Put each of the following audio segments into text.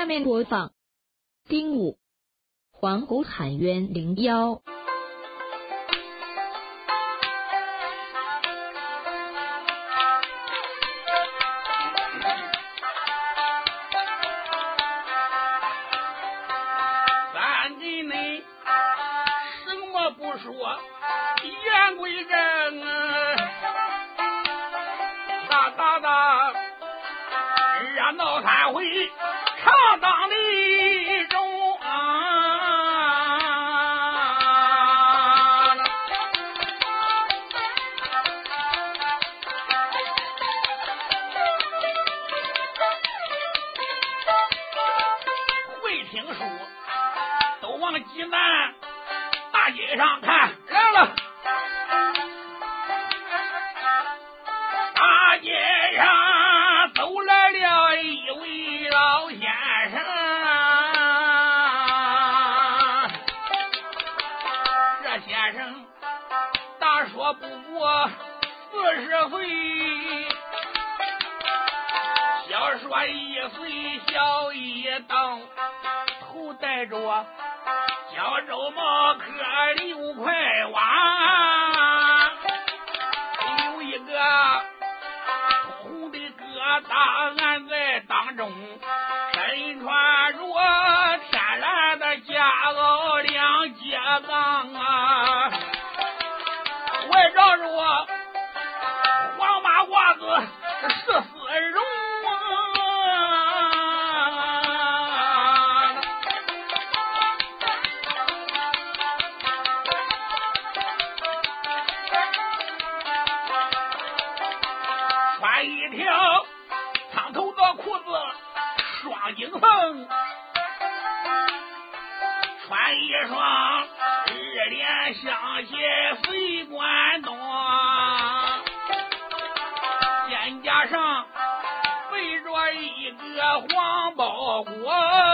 下面播放丁武黄狗喊冤灵妖。 三弟内什么不说，言归正大热闹三回，常当的中会听书都往济南大街上看来了，大街上走来了一位老先生，这先生大说不过40岁，小说1岁小一等，头戴着胶州帽壳6块瓦，有一个红的疙瘩按在当中，身穿着天蓝的夹袄2节杠外罩着黄马褂子14绒穿一条苍头的裤子双紧缝，穿一双日脸相鞋随关东，肩胛上背着一个黄包裹，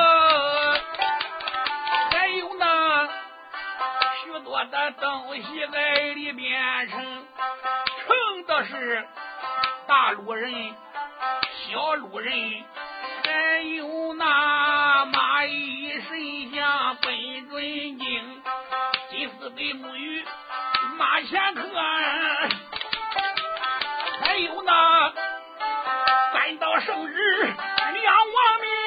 还有那许多的东西在里边盛的是大路人小路人，还有那蚂蚁神像本尊经，金丝对木鱼马前客，还有那3道圣旨2王命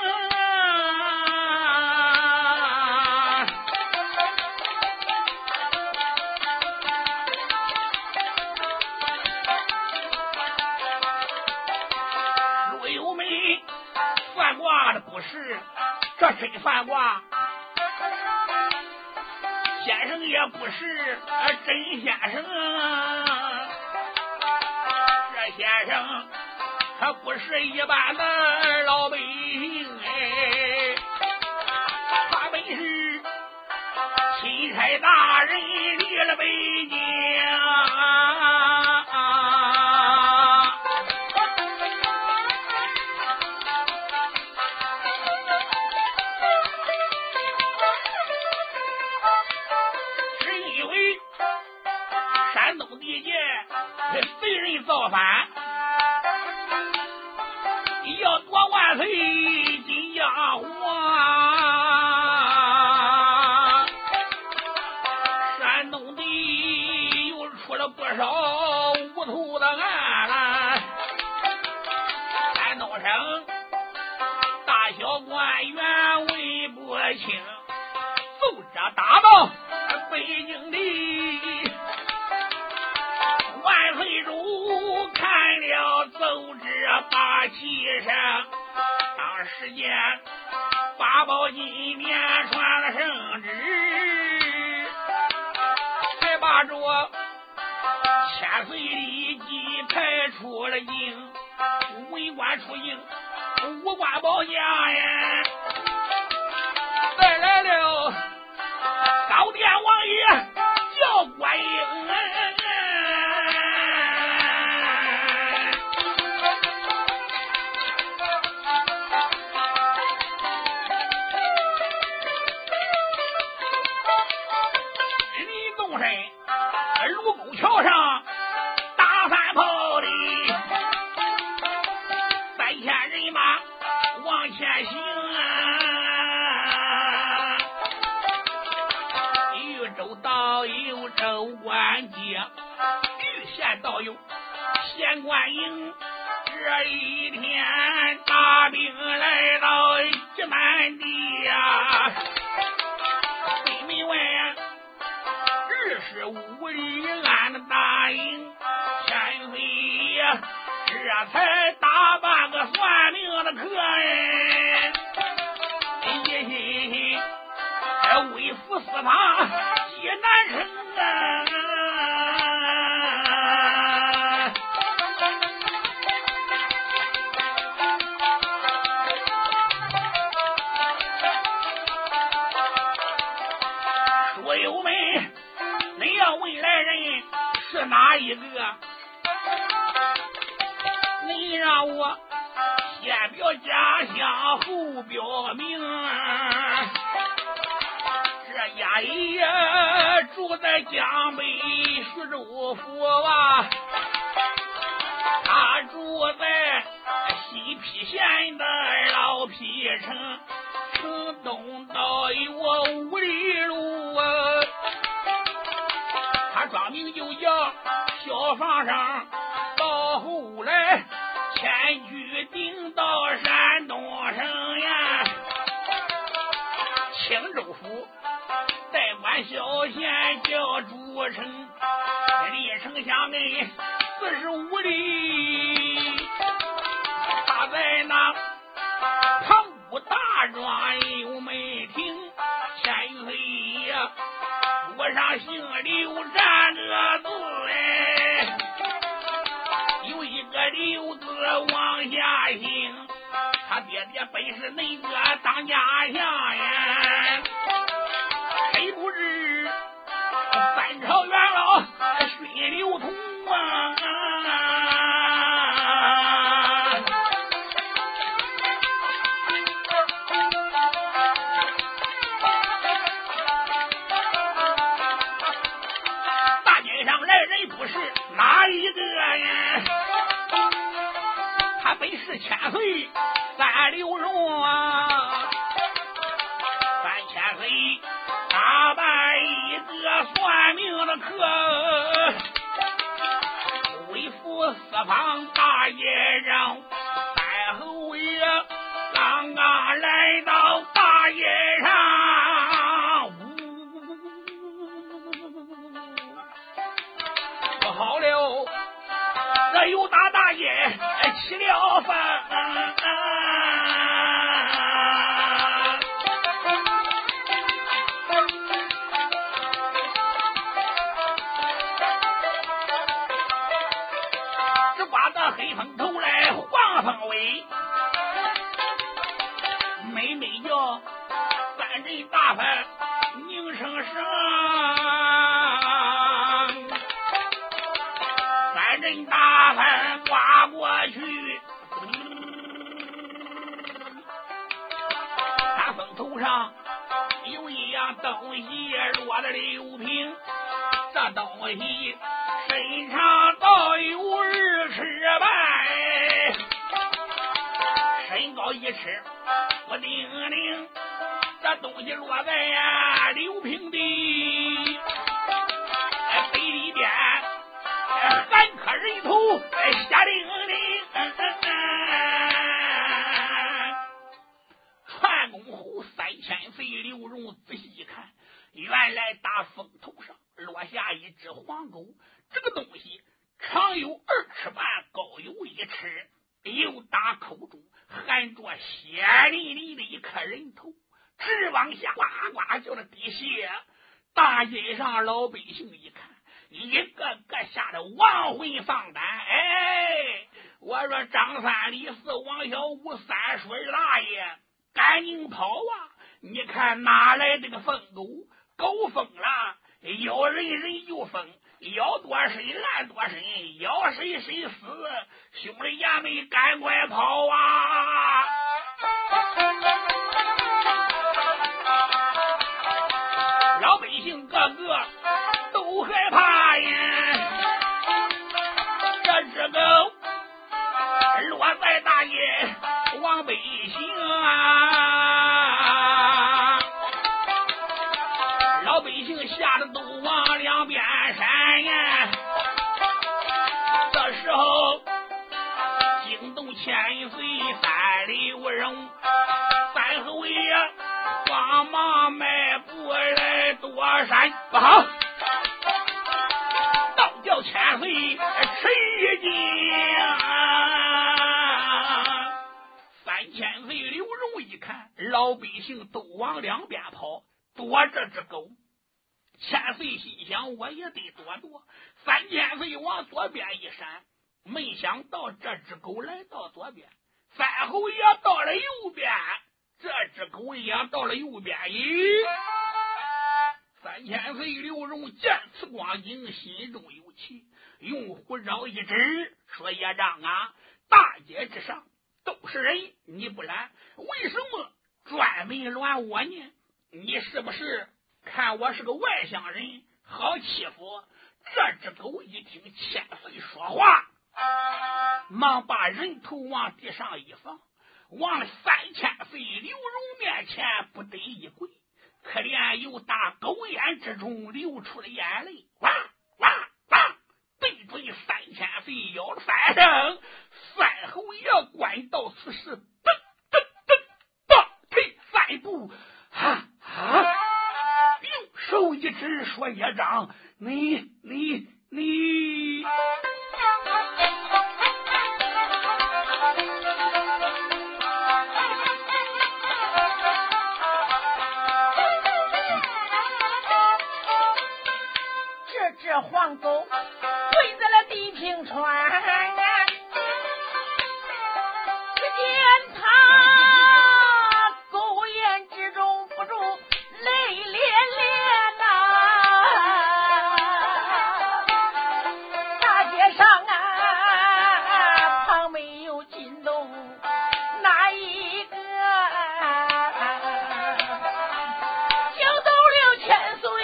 陆有美算卦的不是，这真算卦先生也不是真先生，这先生他不是一般的老百姓他本是钦差大人离了北京贼人造反，要夺万岁金江皇，山东地又出了不少无头的案，山东省大小官员问不清，奏折打到北京的万岁主看了奏折把旗上，当时间八宝金殿传了圣旨，才把这千岁的鸡抬出了京，文官出京无官保驾呀，带来了高殿王爷叫观音卢沟桥上打3炮的，3000人马往前乱营。这一天大兵来到济南地呀，北门外日是五里安的大营，千岁爷这才打扮个算命的客人，一心为父四方济南城啊。所友们，你要问来人是哪一个？你让我先表家乡后表名。这衙爷住在江北徐州府啊，他住在西邳县的老邳城，城东到有5里路啊。他庄名就叫小房生，到后来迁居定到山东省呀，青州府代管小县叫朱城，离城乡内45里。他在那庞古大庄有门庭，千岁爷我上姓刘占个字，有一个刘字往下行，他爹爹本是那个当家相呀，谁不知三朝元老血流通啊。大街上来人不是哪一个呀？他本是千岁三刘荣啊，三千岁打扮一个算命的客，为父四方大业上，太后爷刚刚来到大业上，不好了，这有大爷起了风。这刮到黑风头来黄风尾，妹妹叫三人大饭宁生生，三人大饭刮过去，他风头上有一样东西落了6瓶，这东西身长到有2尺半，身高1尺不定定，这东西落在6平地，北里边3颗人头下令令。串公侯3000岁刘荣仔细一看，原来大风头上落下一只黄狗，这个东西长有2尺半，高有1尺，又打口中含着血淋淋的一颗人头，直往下呱呱叫的滴血。大街上老百姓一看，一个个吓得亡魂丧胆。我说张三李四王小五3叔2大爷赶紧跑啊！你看哪来这个疯狗？狗疯了，咬人人就疯，咬多深烂多深，咬谁谁死，兄弟爷们赶快跑啊！老百姓个个都害怕呀，这个落在大街往北行啊，老百姓吓得都往2边闪呀。这时候容。三侯爷慌忙迈步来躲闪，不好，倒叫千岁吃一惊。3000岁刘荣一看，老百姓都往两边跑，躲这只狗。千岁心想，我也得躲躲。3000岁往左边一闪，没想到这只狗来到左边，三侯爷到了右边，这只狗也到了右边。咦，3000岁刘荣见此光景，心中有气，用胡椒一指，说：“爷长啊，大街之上都是人，你不拦，为什么专门乱我呢？你是不是看我是个外乡人，好欺负？”这只狗一听千岁说话，忙把人头往地上一放，往3000岁刘荣面前不得一跪，可怜由大狗眼之中流出了眼泪，哇哇哇，对准3000岁咬了3声。三侯爷观到此事，噔噔噔倒退3步，用手一指，说：“爷长，你这只黄狗跪在了地平川，只见他狗眼之中不住泪涟涟呐。大街上啊，旁没有惊动哪一个，就走了千岁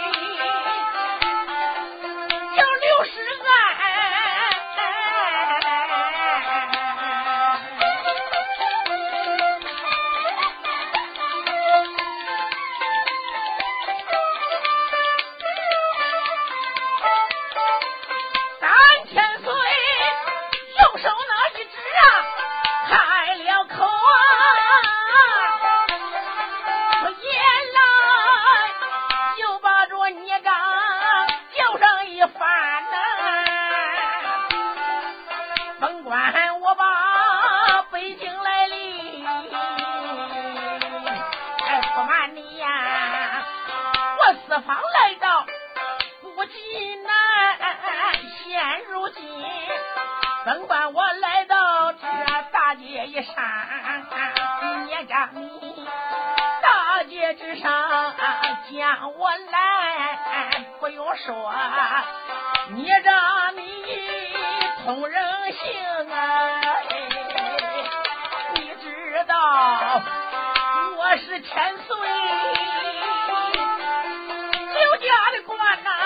叫刘世安。3000岁用手那一指啊，开了口啊，说：“原来就把这聂刚叫上一番呐，甭管我把北京来临，不瞒你呀，我四方来到不济南，现如今甭管我来到这大街一扇，聂长你大街之上将我来，不用说，聂长你通人性啊，你知道我是千岁刘家的官呐。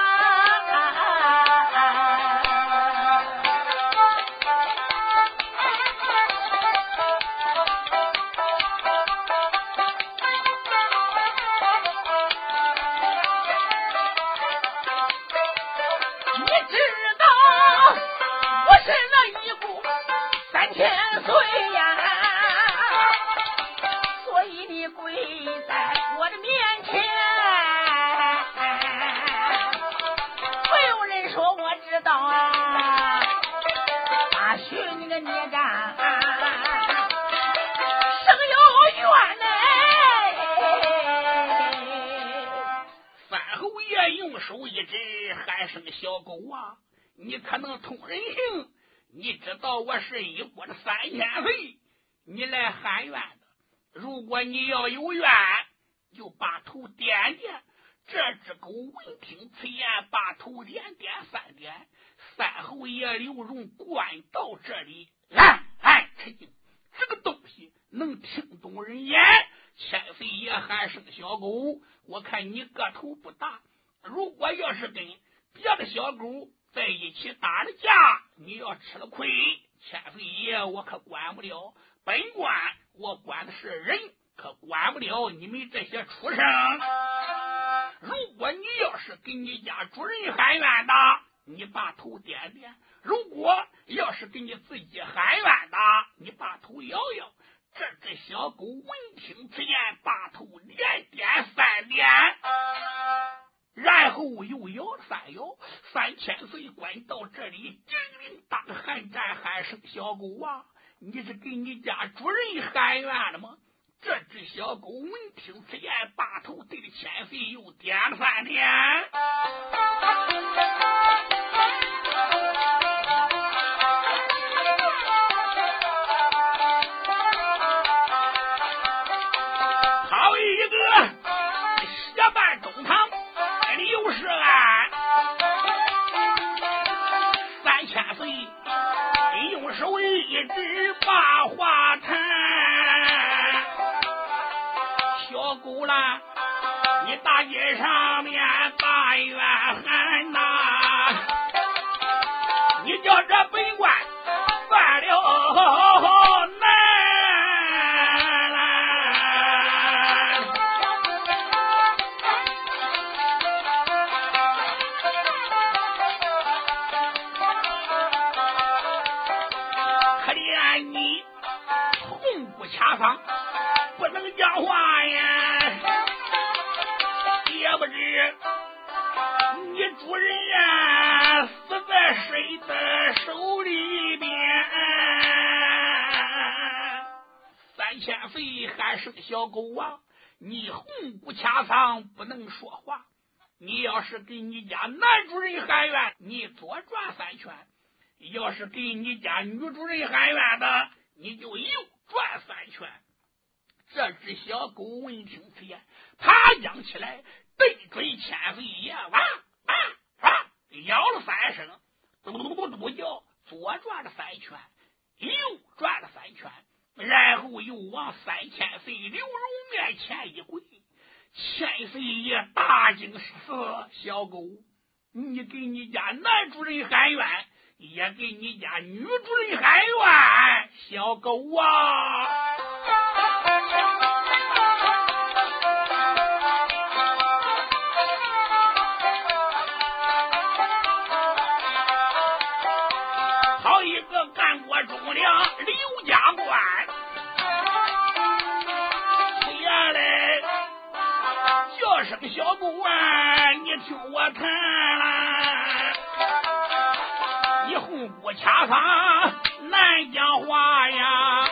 你知道我是那一股3000岁呀，所以你跪在我的面前，没有人说我知道啊，大许那个孽障生有冤呢。 三侯爷用手一指，喊声：“小狗啊，你可能通人性？你知道我是一国的3000岁，你来喊冤的。如果你要有冤，就把头点点。”这只狗闻听此言，把头点点3点。三侯爷刘荣观到这里，吃惊，这个东西能听懂人言。千岁爷喊声：“小狗，我看你个头不大，如果要是跟别的小狗在一起打了架，你要吃了亏。千岁爷我可管不了，本官我管的是人，可管不了你们这些畜生。如果你要是给你家主人喊冤的，你把头点点；如果要是给你自己喊冤的，你把头摇摇。 这只小狗闻听此言，把头连点3点，然后又摇了3摇。3千岁官到这里，精灵打个寒战，喊声：“小狗啊，你是给你家主人喊冤了吗？”这只小狗闻听此言，把头对着千岁又点了3点。好一个血半中堂刘世安，3千岁用手一指把话谈。小狗啦，你大街上面把冤喊呐，你叫这本官犯了难。可怜你痛不掐嗓，不能讲话呀，也不知你主人呀死在谁的手里边。3千岁喊声：“小狗啊，你红不掐嗓，不能说话。你要是给你家男主人喊冤，你左转3圈；要是给你家女主人喊冤的，你就右转3圈。”这只小狗闻听此言，爬将起来，对准千岁爷，咬了3声，嘟叫，左转了3圈，右转了3圈，然后又往3千岁刘荣面前一跪。千岁爷大惊失色：“小狗，你给你家男主人喊冤，也给你家女主人喊冤，小狗啊！”好一个干过忠良刘家官，原来叫声小狗啊，你听我谈啦，你红不掐嗓难讲话呀，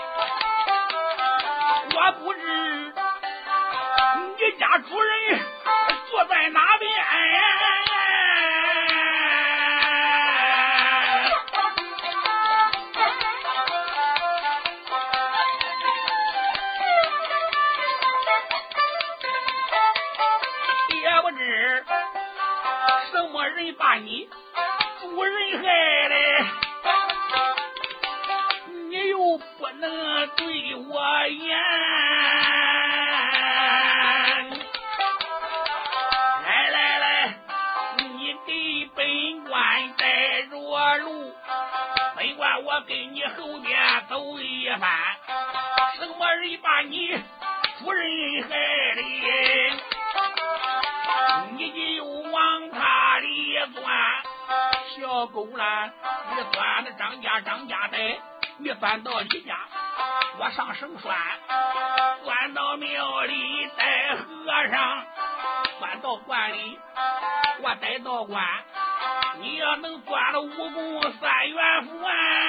我不知你家主人坐在哪边也不知什么人把你主人害的，你又不能对我言。来，你给本官带着路，本官我给你后边走一番。什么人把你主人害的，你就往他里钻。小狗啦，你钻到张家带，你钻到李家，我上绳拴；钻到庙里带和尚，钻到观里我带道观。你要能钻了武功3元符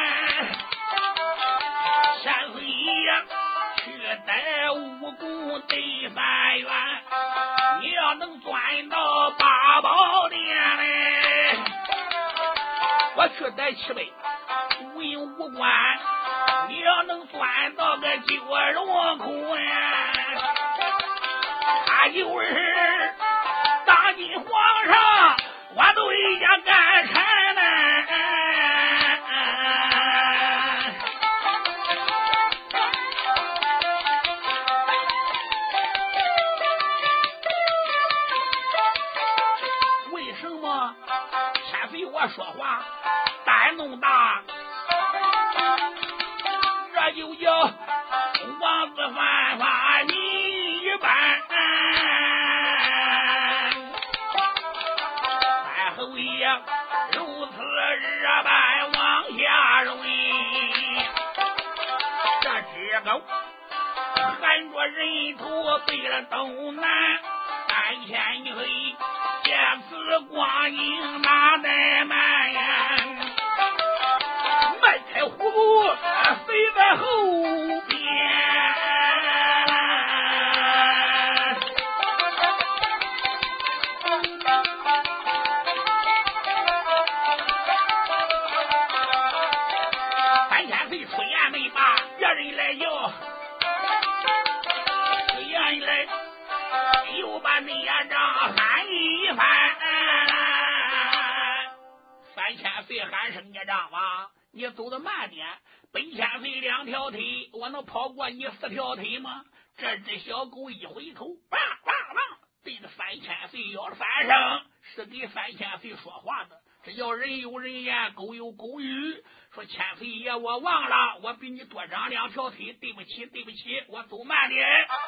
千岁爷去带武功得3元，你要能钻到八宝殿嘞，我去带7倍文武官。你要能钻到个九龙窟他就是当今皇上，我都一家干柴呢。为什么千岁我说话胆弄大？这就叫王子犯法你一般。太后爷如此日般往下坠，这只个人头背了东南3000岁，借此光阴哪怠慢呀？迈开虎步飞在后边，喊声业障吧，你走得慢点，本千岁2条腿，我能跑过你4条腿吗？这只小狗一回头，汪汪汪，对着3000岁咬了3声，是给3000岁说话的。这叫人有人言，狗有狗语。说千岁爷，我忘了，我比你多长2条腿，对不起，对不起，我走慢点。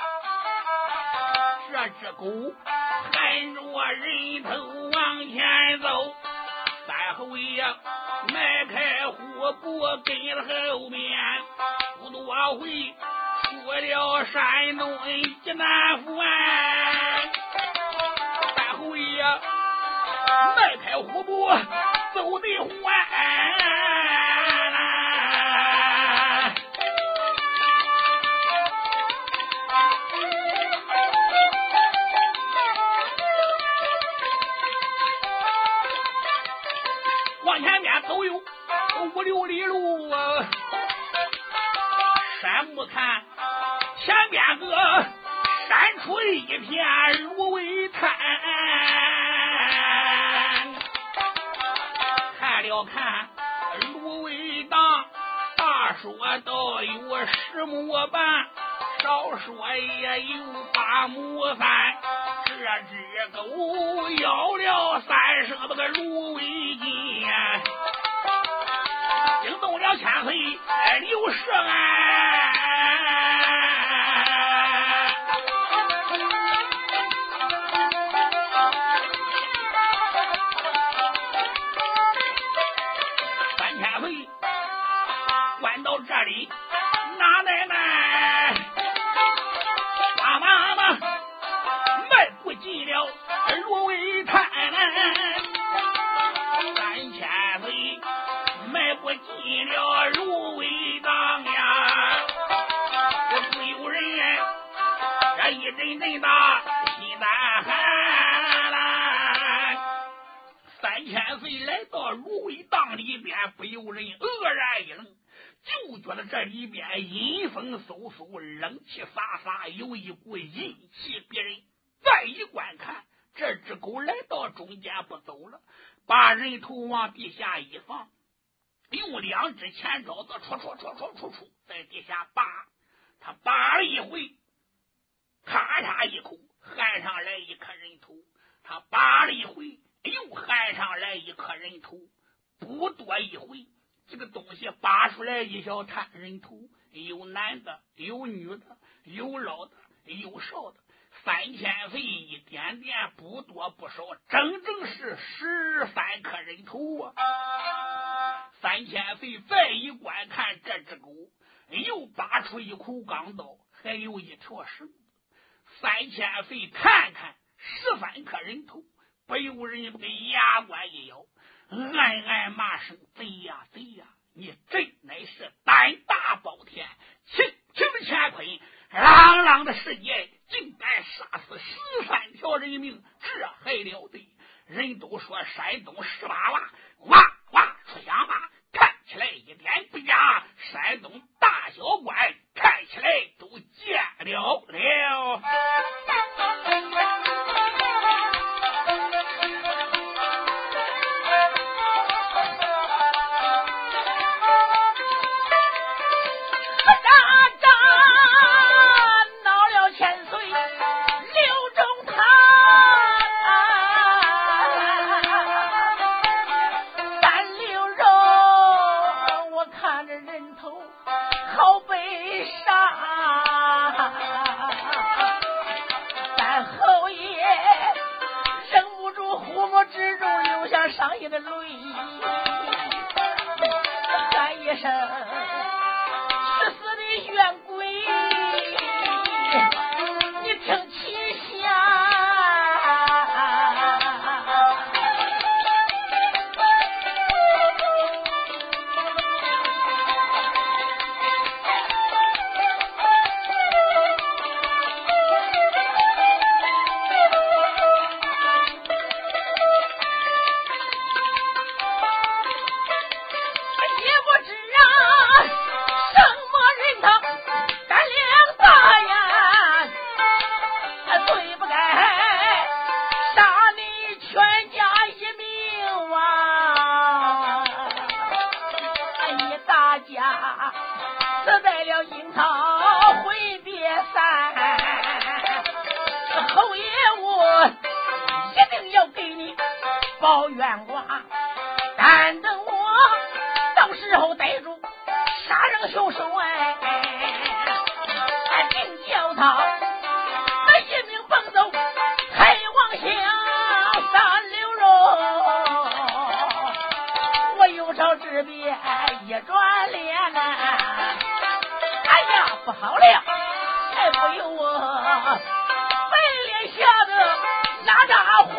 这只狗含着人头往前走。3侯爷迈开虎步跟了后面，不多会出了山东济南府啊。3侯爷迈开虎步走得缓，往前面走有5、6里路啊。山木看前边个山出一片芦苇滩，看了看芦苇荡，大说倒有10亩半，少说也有8亩3。这只狗咬了3声那个芦苇筋，惊动了千岁刘世安。3000岁关到这里，哪奶奶妈妈妈迈不进了芦苇滩，3000岁迈不进了芦苇荡呀。这不有人这一阵阵的心胆寒啦。3000岁来到芦苇荡里边，不由人愕然一愣，就觉得这里边阴风嗖嗖，冷气飒飒，有一股阴气逼人。再一观看，这只狗来到中间不走了，把人头往地下一放，用2只前爪子戳在地下扒。他扒了一回，咔嚓一口含上来一颗人头，他扒了一回，又含上来一颗人头。不多一回，这个东西扒出来一小滩人头，有男的，有女的，有老的，有少的。3000岁一点点，不多不少，整整是13颗人头啊！3000岁再一观看这只狗，又拔出一口钢刀，还有一条绳子。3000岁看看13颗人头，不由人不给牙关一咬，暗暗骂声：贼呀贼呀！你真乃是胆大包天，轻轻的乾坤，朗朗的世界，竟敢杀死13条人命，这还了得！人都说山东18娃，哇哇出响吧，看起来一点不假，山东大小官看起来都见了了。 伤心的泪，喊一声是死的冤鬼， 报冤枉，但等我到时候逮住杀人凶手定叫他那一命奔走开往乡三流肉，我有朝之别一转脸哎呀不好了，还不由我白脸吓得哪吒慌。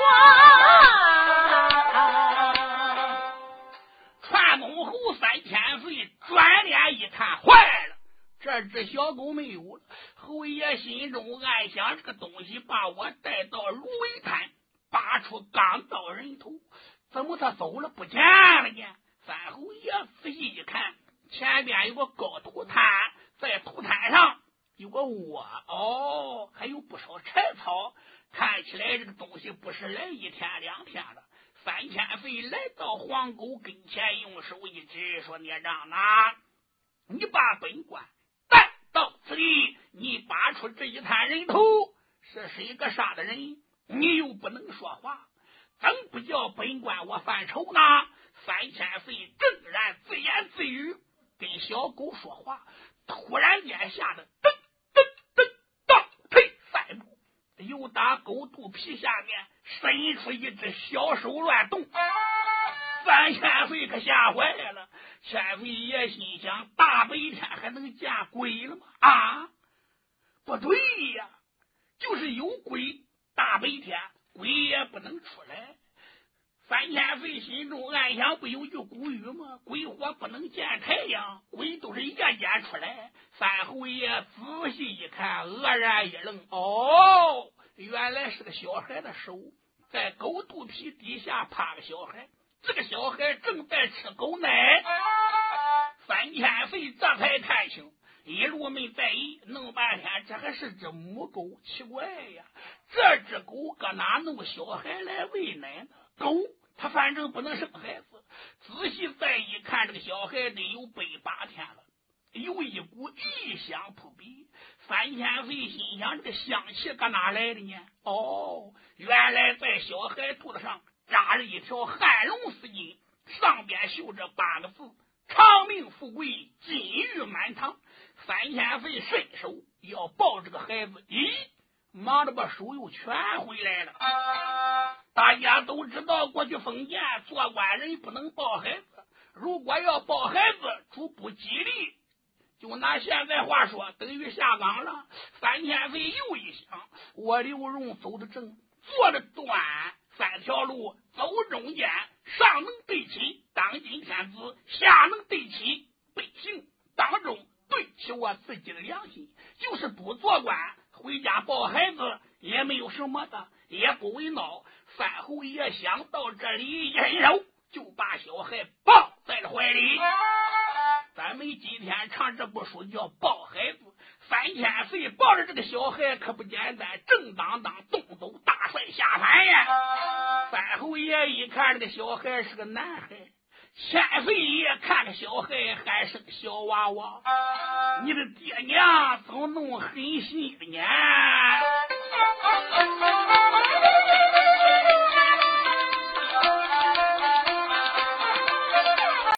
串公侯3000岁转脸一看，坏了，这只小狗没有了。侯爷心中暗想，这个东西把我带到芦苇滩，拔出钢刀人头，怎么他走了不见了呢？三侯爷仔细一看，前边有个高土滩，在土滩上有个窝，还有不少柴草，看起来这个东西不是来1天2天了。3000岁来到黄狗跟前，用手一指，说：“孽障啊，你把本官带到此地，你拔出这一滩人头，是谁个杀的人？你又不能说话，怎不叫本官我犯愁呢？”3000岁正然自言自语，跟小狗说话，突然间吓得噔噔噔倒退3步，又打狗肚皮下面伸出一只小手乱动。3000岁可吓坏了，千岁爷心想：大白天还能见鬼了吗？不对呀，就是有鬼，大白天鬼也不能出来。3000岁心中暗想，不有句古语吗？鬼火不能见太阳，鬼都是夜间出来。三侯爷仔细一看，愕然一愣，原来是个小孩的手，在狗肚皮底下趴个小孩，这个小孩正在吃狗奶。3000岁这才看清，一路没在意，弄半天这还是只母狗，奇怪呀，这只狗搁哪弄小孩来喂奶呢？狗它反正不能生孩子。仔细再一看，这个小孩得有108天了，有一股异香扑鼻。3000岁心想，这个香气搁哪来的呢？原来在小孩肚子上扎着一条汉龙丝巾，上边绣着8个字：长命富贵，金玉满堂。3000岁伸手要抱这个孩子，忙着把手又全回来了。大家都知道，过去封建做官人不能抱孩子，如果要抱孩子，主不吉利。就拿现在话说，等于下岗了。3000岁又一想，我刘荣走得正，坐着端，3条路走中间，上能对齐当今天子，下能对齐百姓，当中对起我自己的良心。就是不做官，回家抱孩子也没有什么的，也不为闹。三侯爷想到这里，一手就把小孩抱在了怀里。咱们今天唱这部书叫抱孩子。3000岁抱着这个小孩可不简单，正当东走大帅下凡呀。三侯爷一看这个小孩是个男孩，千岁爷看个小孩还是个小娃娃，你的爹娘怎么弄狠心的呢？